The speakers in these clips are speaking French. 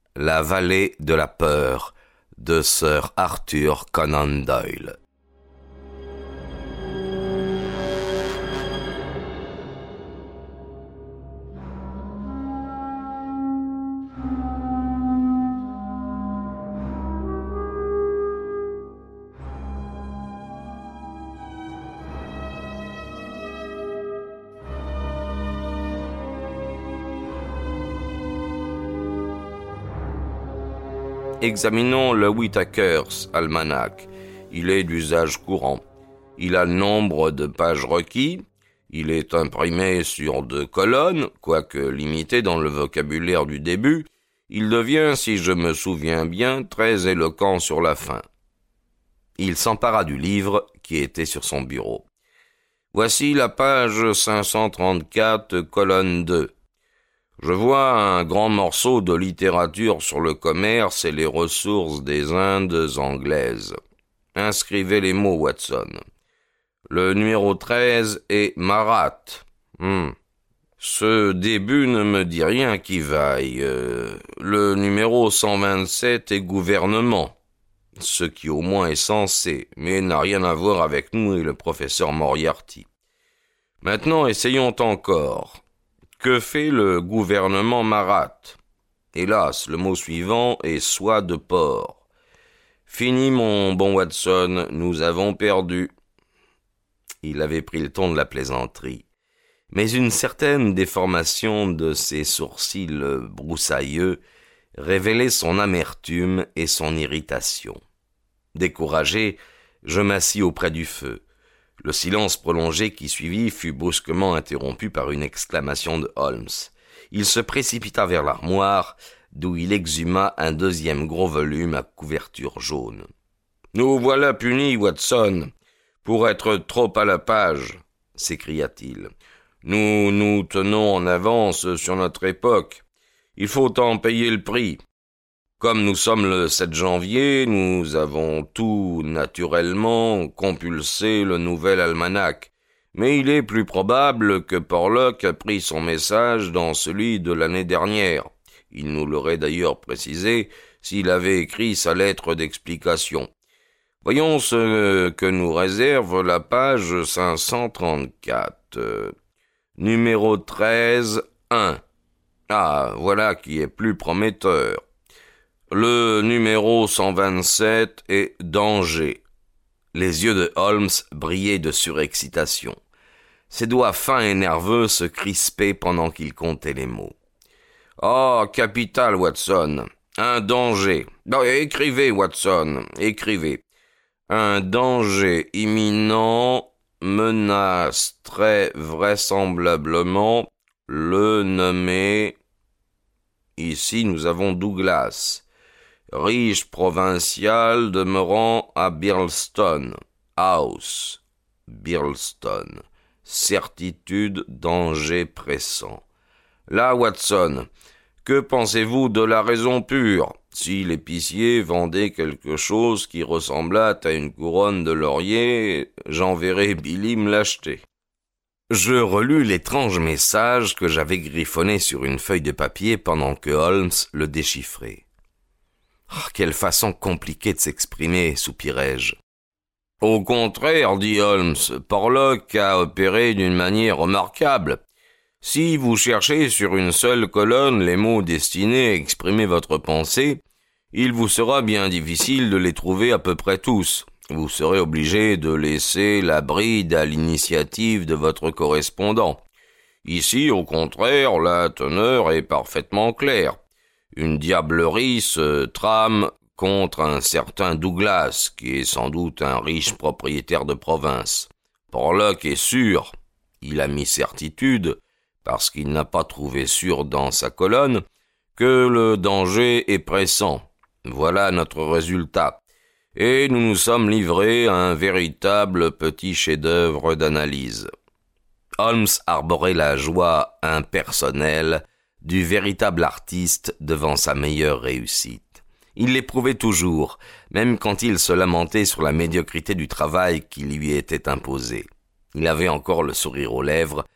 La vallée de la peur de Sir Arthur Conan Doyle. Examinons le Whitaker's Almanach. Il est d'usage courant. Il a le nombre de pages requis. Il est imprimé sur 2 colonnes, quoique limité dans le vocabulaire du début. Il devient, si je me souviens bien, très éloquent sur la fin. Il s'empara du livre qui était sur son bureau. Voici la page 534, colonne 2. Je vois un grand morceau de littérature sur le commerce et les ressources des Indes anglaises. Inscrivez les mots, Watson. Le numéro 13 est Marat. Ce début ne me dit rien qui vaille. Le numéro 127 est gouvernement, ce qui au moins est censé, mais n'a rien à voir avec nous et le professeur Moriarty. Maintenant, essayons encore. Que fait le gouvernement Marat? Hélas, le mot suivant est soie de porc. Fini, mon bon Watson, nous avons perdu. Il avait pris le ton de la plaisanterie, mais une certaine déformation de ses sourcils broussailleux révélait son amertume et son irritation. Découragé, je m'assis auprès du feu. Le silence prolongé qui suivit fut brusquement interrompu par une exclamation de Holmes. Il se précipita vers l'armoire, d'où il exhuma un 2e gros volume à couverture jaune. « Nous voilà punis, Watson, pour être trop à la page !» s'écria-t-il. « Nous nous tenons en avance sur notre époque. Il faut en payer le prix. Comme nous sommes le 7 janvier, nous avons tout naturellement compulsé le nouvel almanach, mais il est plus probable que Porlock a pris son message dans celui de l'année dernière. Il nous l'aurait d'ailleurs précisé s'il avait écrit sa lettre d'explication. Voyons ce que nous réserve la page 534. Numéro 13, 1. Ah, voilà qui est plus prometteur. Le numéro 127 est danger. Les yeux de Holmes brillaient de surexcitation. Ses doigts fins et nerveux se crispaient pendant qu'il comptait les mots. « Oh, capital, Watson. Un danger. Oh, écrivez, Watson, écrivez. Un danger imminent menace très vraisemblablement le nommé... » Ici, nous avons Douglas. Riche provincial demeurant à Birlstone House. Birlstone. Certitude, danger pressant. Là, Watson, que pensez-vous de la raison pure? Si l'épicier vendait quelque chose qui ressemblât à une couronne de laurier, j'enverrai Billy me l'acheter. Je relus l'étrange message que j'avais griffonné sur une feuille de papier pendant que Holmes le déchiffrait. Oh, quelle façon compliquée de s'exprimer, soupirai-je. Au contraire, dit Holmes, Porlock a opéré d'une manière remarquable. Si vous cherchez sur une seule colonne les mots destinés à exprimer votre pensée, il vous sera bien difficile de les trouver à peu près tous. Vous serez obligé de laisser la bride à l'initiative de votre correspondant. Ici, au contraire, la teneur est parfaitement claire. Une diablerie se trame contre un certain Douglas, qui est sans doute un riche propriétaire de province. Porlock est sûr, il a mis certitude, parce qu'il n'a pas trouvé sûr dans sa colonne, que le danger est pressant. Voilà notre résultat. Et nous nous sommes livrés à un véritable petit chef-d'œuvre d'analyse. Holmes arborait la joie impersonnelle du véritable artiste devant sa meilleure réussite. Il l'éprouvait toujours, même quand il se lamentait sur la médiocrité du travail qui lui était imposé. Il avait encore le sourire aux lèvres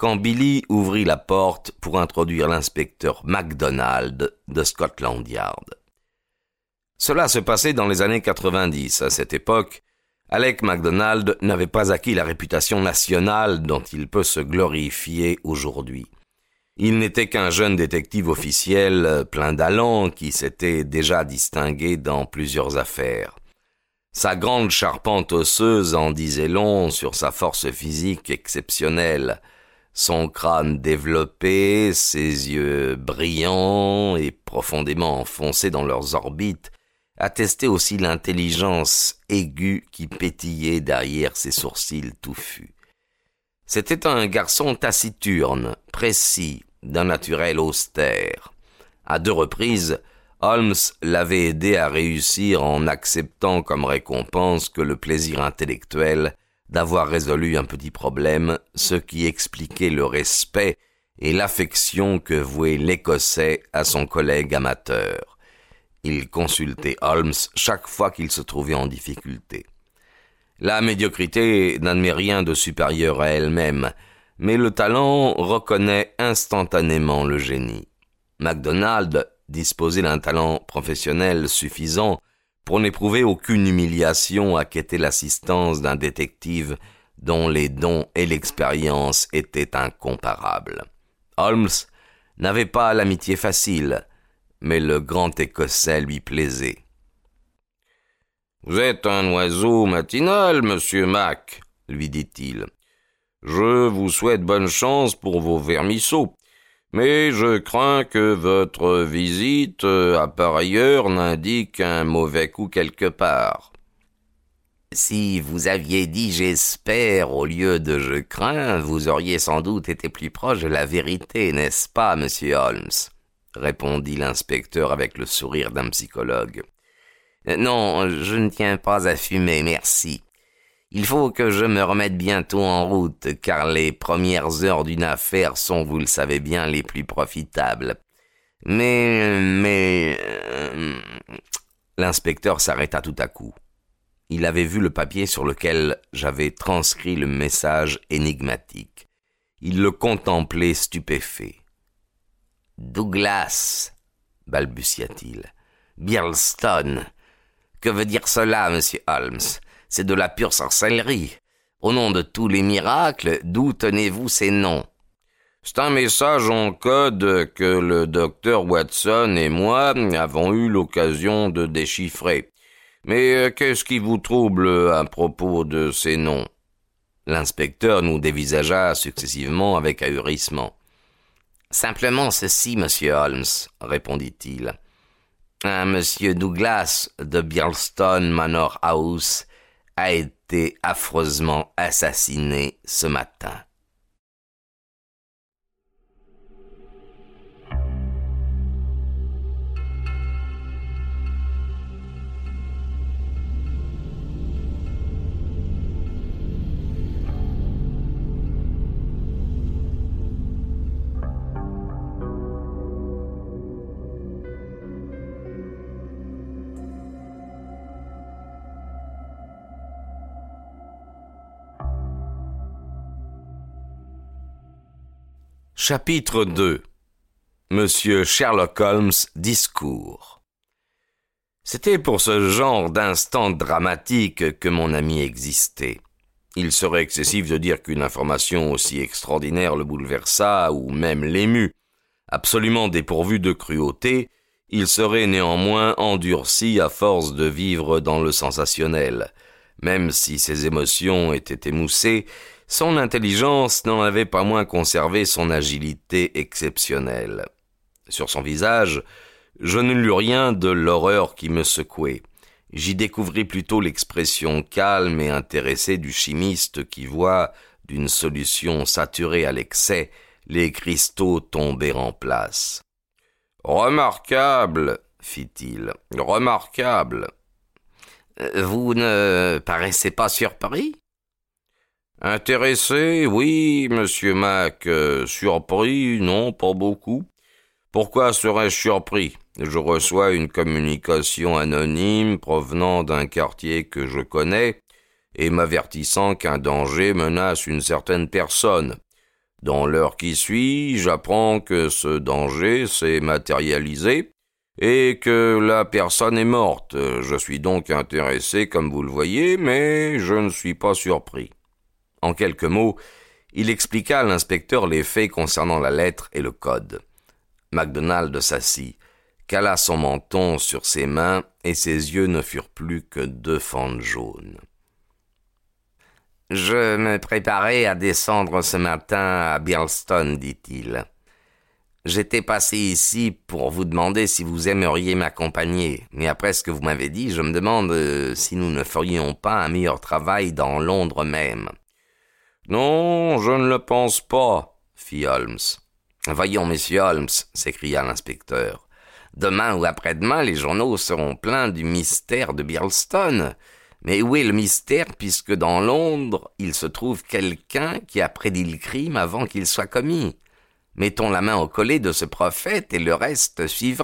quand Billy ouvrit la porte pour introduire l'inspecteur MacDonald de Scotland Yard. Cela se passait dans les années 90. À cette époque, Alec MacDonald n'avait pas acquis la réputation nationale dont il peut se glorifier aujourd'hui. Il n'était qu'un jeune détective officiel plein d'allant qui s'était déjà distingué dans plusieurs affaires. Sa grande charpente osseuse en disait long sur sa force physique exceptionnelle, son crâne développé, ses yeux brillants et profondément enfoncés dans leurs orbites, attestait aussi l'intelligence aiguë qui pétillait derrière ses sourcils touffus. C'était un garçon taciturne, précis, d'un naturel austère. À 2 reprises, Holmes l'avait aidé à réussir en acceptant comme récompense que le plaisir intellectuel d'avoir résolu un petit problème, ce qui expliquait le respect et l'affection que vouait l'Écossais à son collègue amateur. Il consultait Holmes chaque fois qu'il se trouvait en difficulté. La médiocrité n'admet rien de supérieur à elle-même, mais le talent reconnaît instantanément le génie. MacDonald disposait d'un talent professionnel suffisant pour n'éprouver aucune humiliation à quêter l'assistance d'un détective dont les dons et l'expérience étaient incomparables. Holmes n'avait pas l'amitié facile, mais le grand Écossais lui plaisait. « Vous êtes un oiseau matinal, monsieur Mac, » lui dit-il. « Je vous souhaite bonne chance pour vos vermisseaux, mais je crains que votre visite, à pareille heure, n'indique un mauvais coup quelque part. » « Si vous aviez dit « j'espère » au lieu de « je crains », vous auriez sans doute été plus proche de la vérité, n'est-ce pas, monsieur Holmes ?» répondit l'inspecteur avec le sourire d'un psychologue. « Non, je ne tiens pas à fumer, merci. Il faut que je me remette bientôt en route, car les premières heures d'une affaire sont, vous le savez bien, les plus profitables. Mais... L'inspecteur s'arrêta tout à coup. Il avait vu le papier sur lequel j'avais transcrit le message énigmatique. Il le contemplait stupéfait. « Douglas, balbutia-t-il. « Birlstone. Que veut dire cela, monsieur Holmes ? C'est de la pure sorcellerie. Au nom de tous les miracles, d'où tenez-vous ces noms ? » « C'est un message en code que le docteur Watson et moi avons eu l'occasion de déchiffrer. Mais qu'est-ce qui vous trouble à propos de ces noms ?» L'inspecteur nous dévisagea successivement avec ahurissement. « Simplement ceci, monsieur Holmes, » répondit-il. « Un monsieur Douglas de Birlstone Manor House a été affreusement assassiné ce matin. » Chapitre 2. Monsieur Sherlock Holmes discourt. C'était pour ce genre d'instant dramatique que mon ami existait. Il serait excessif de dire qu'une information aussi extraordinaire le bouleversa ou même l'émut. Absolument dépourvu de cruauté, il serait néanmoins endurci à force de vivre dans le sensationnel. Même si ses émotions étaient émoussées, son intelligence n'en avait pas moins conservé son agilité exceptionnelle. Sur son visage, je ne lus rien de l'horreur qui me secouait. J'y découvris plutôt l'expression calme et intéressée du chimiste qui voit, d'une solution saturée à l'excès, les cristaux tomber en place. « Remarquable, fit-il, remarquable. »« Vous ne paraissez pas surpris ?» « Intéressé, oui, monsieur Mac. Surpris, non, pas beaucoup. Pourquoi serais-je surpris ? Je reçois une communication anonyme provenant d'un quartier que je connais et m'avertissant qu'un danger menace une certaine personne. Dans l'heure qui suit, j'apprends que ce danger s'est matérialisé et que la personne est morte. Je suis donc intéressé, comme vous le voyez, mais je ne suis pas surpris. » En quelques mots, il expliqua à l'inspecteur les faits concernant la lettre et le code. MacDonald s'assit, cala son menton sur ses mains et ses yeux ne furent plus que deux fentes jaunes. « Je me préparais à descendre ce matin à Birlstone, dit-il. J'étais passé ici pour vous demander si vous aimeriez m'accompagner, mais après ce que vous m'avez dit, je me demande si nous ne ferions pas un meilleur travail dans Londres même. »« Non, je ne le pense pas, » fit Holmes. « Voyons, monsieur Holmes, » s'écria l'inspecteur. « Demain ou après-demain, les journaux seront pleins du mystère de Birlstone. Mais où est le mystère puisque dans Londres, il se trouve quelqu'un qui a prédit le crime avant qu'il soit commis? Mettons la main au collet de ce prophète et le reste suivra. »«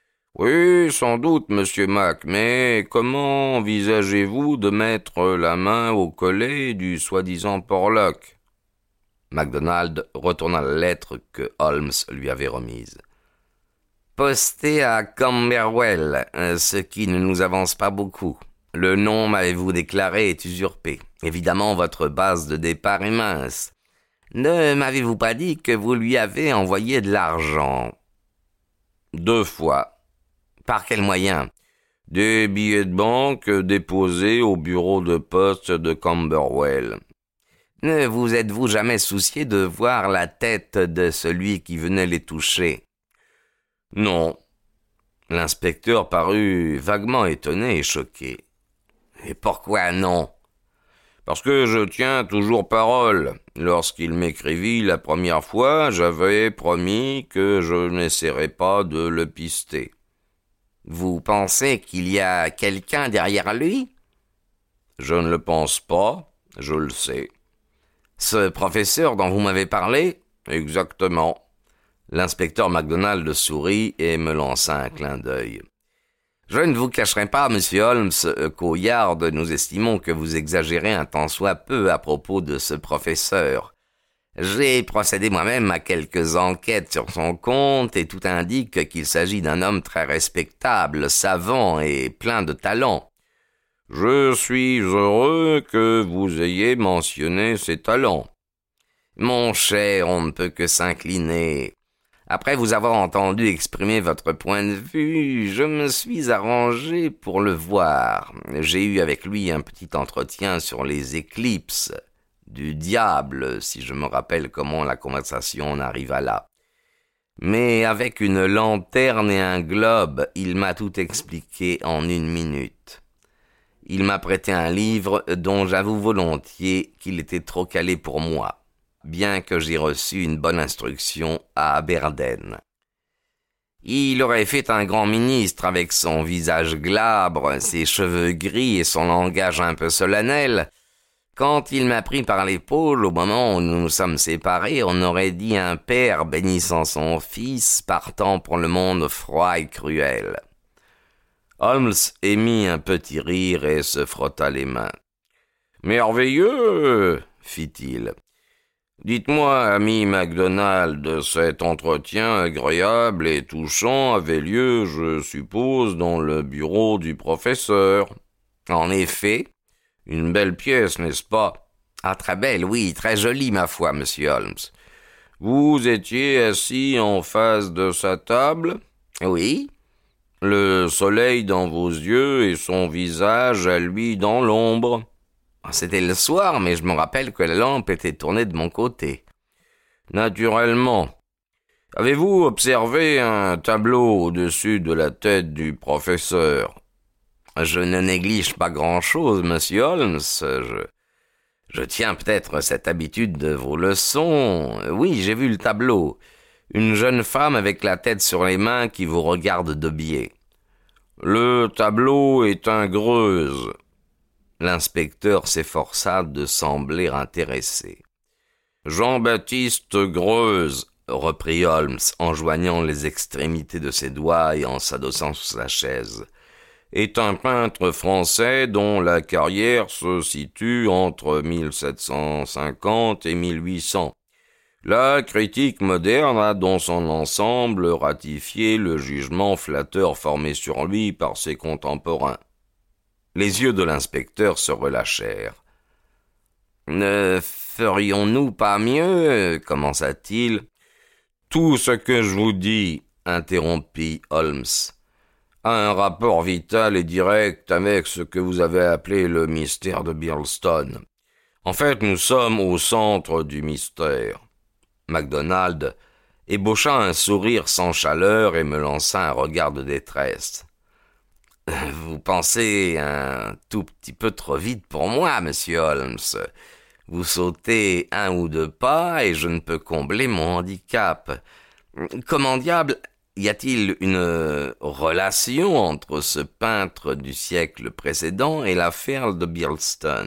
Oui, sans doute, monsieur Mac, mais comment envisagez-vous de mettre la main au collet du soi-disant Porlock ?» MacDonald retourna la lettre que Holmes lui avait remise. « Postée à Camberwell, ce qui ne nous avance pas beaucoup. Le nom, m'avez-vous déclaré, est usurpé. Évidemment, votre base de départ est mince. Ne m'avez-vous pas dit que vous lui avez envoyé de l'argent? » « 2 fois. »« Par quel moyen? » ?»« Des billets de banque déposés au bureau de poste de Camberwell. »« Ne vous êtes-vous jamais soucié de voir la tête de celui qui venait les toucher? » ?»« Non. » L'inspecteur parut vaguement étonné et choqué. « Et pourquoi non? » ?»« Parce que je tiens toujours parole. Lorsqu'il m'écrivit la première fois, j'avais promis que je n'essaierais pas de le pister. »« Vous pensez qu'il y a quelqu'un derrière lui? » ?»« Je ne le pense pas, je le sais. »« Ce professeur dont vous m'avez parlé? » ?»« Exactement. » L'inspecteur MacDonald sourit et me lança un clin d'œil. « Je ne vous cacherai pas, monsieur Holmes, qu'au Yard, nous estimons que vous exagérez un tant soit peu à propos de ce professeur. J'ai procédé moi-même à quelques enquêtes sur son compte et tout indique qu'il s'agit d'un homme très respectable, savant et plein de talent. »« Je suis heureux que vous ayez mentionné ses talents. »« Mon cher, on ne peut que s'incliner. Après vous avoir entendu exprimer votre point de vue, je me suis arrangé pour le voir. J'ai eu avec lui un petit entretien sur les éclipses du diable, si je me rappelle comment la conversation en arriva là. Mais avec une lanterne et un globe, il m'a tout expliqué en 1 minute. Il m'a prêté un livre dont j'avoue volontiers qu'il était trop calé pour moi, bien que j'aie reçu une bonne instruction à Aberdeen. Il aurait fait un grand ministre avec son visage glabre, ses cheveux gris et son langage un peu solennel. Quand il m'a pris par l'épaule au moment où nous nous sommes séparés, on aurait dit un père bénissant son fils, partant pour le monde froid et cruel. Holmes émit un petit rire et se frotta les mains. « Merveilleux, fit-il. Dites-moi, ami MacDonald, cet entretien agréable et touchant avait lieu, je suppose, dans le bureau du professeur. »« En effet, une belle pièce, n'est-ce pas? »« Ah, très belle, oui, très jolie, ma foi, monsieur Holmes. »« Vous étiez assis en face de sa table? »« Oui. »« Le soleil dans vos yeux et son visage à lui dans l'ombre. » C'était le soir, mais je me rappelle que la lampe était tournée de mon côté. Naturellement. Avez-vous observé un tableau au-dessus de la tête du professeur? Je ne néglige pas grand-chose, monsieur Holmes. Je tiens peut-être cette habitude de vos leçons. Oui, j'ai vu le tableau. Une jeune femme avec la tête sur les mains qui vous regarde de biais. Le tableau est un Greuze. L'inspecteur s'efforça de sembler intéressé. « Jean-Baptiste Greuze, » reprit Holmes en joignant les extrémités de ses doigts et en s'adossant sur sa chaise, « est un peintre français dont la carrière se situe entre 1750 et 1800. La critique moderne a dans son ensemble ratifié le jugement flatteur formé sur lui par ses contemporains. Les yeux de l'inspecteur se relâchèrent. « Ne ferions-nous pas mieux » commença-t-il. « Tout ce que je vous dis, » interrompit Holmes, « a un rapport vital et direct avec ce que vous avez appelé le mystère de Birlstone. En fait, nous sommes au centre du mystère. » MacDonald ébaucha un sourire sans chaleur et me lança un regard de détresse. « Vous pensez un tout petit peu trop vite pour moi, monsieur Holmes. Vous sautez un ou deux pas et je ne peux combler mon handicap. Comment diable y a-t-il une relation entre ce peintre du siècle précédent et l'affaire de Birlstone ? »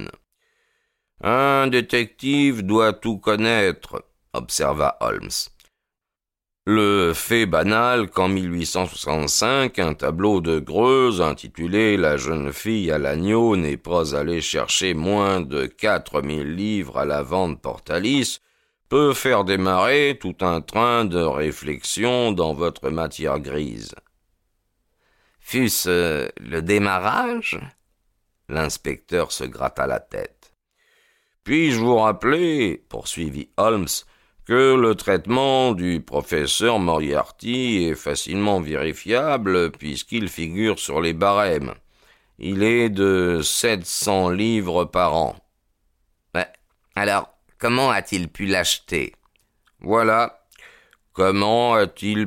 « Un détective doit tout connaître, » observa Holmes. Le fait banal qu'en 1865, un tableau de Greuze intitulé « La jeune fille à l'agneau n'est pas allée chercher moins de 4000 livres à la vente Portalis peut faire démarrer tout un train de réflexion dans votre matière grise. » « Fût-ce le démarrage ?» L'inspecteur se gratta la tête. « Puis-je vous rappeler, » poursuivit Holmes, que le traitement du professeur Moriarty est facilement vérifiable puisqu'il figure sur les barèmes. Il est de 700 livres par an. Mais, alors, comment a-t-il pu l'acheter ? Voilà. Comment a-t-il pu ?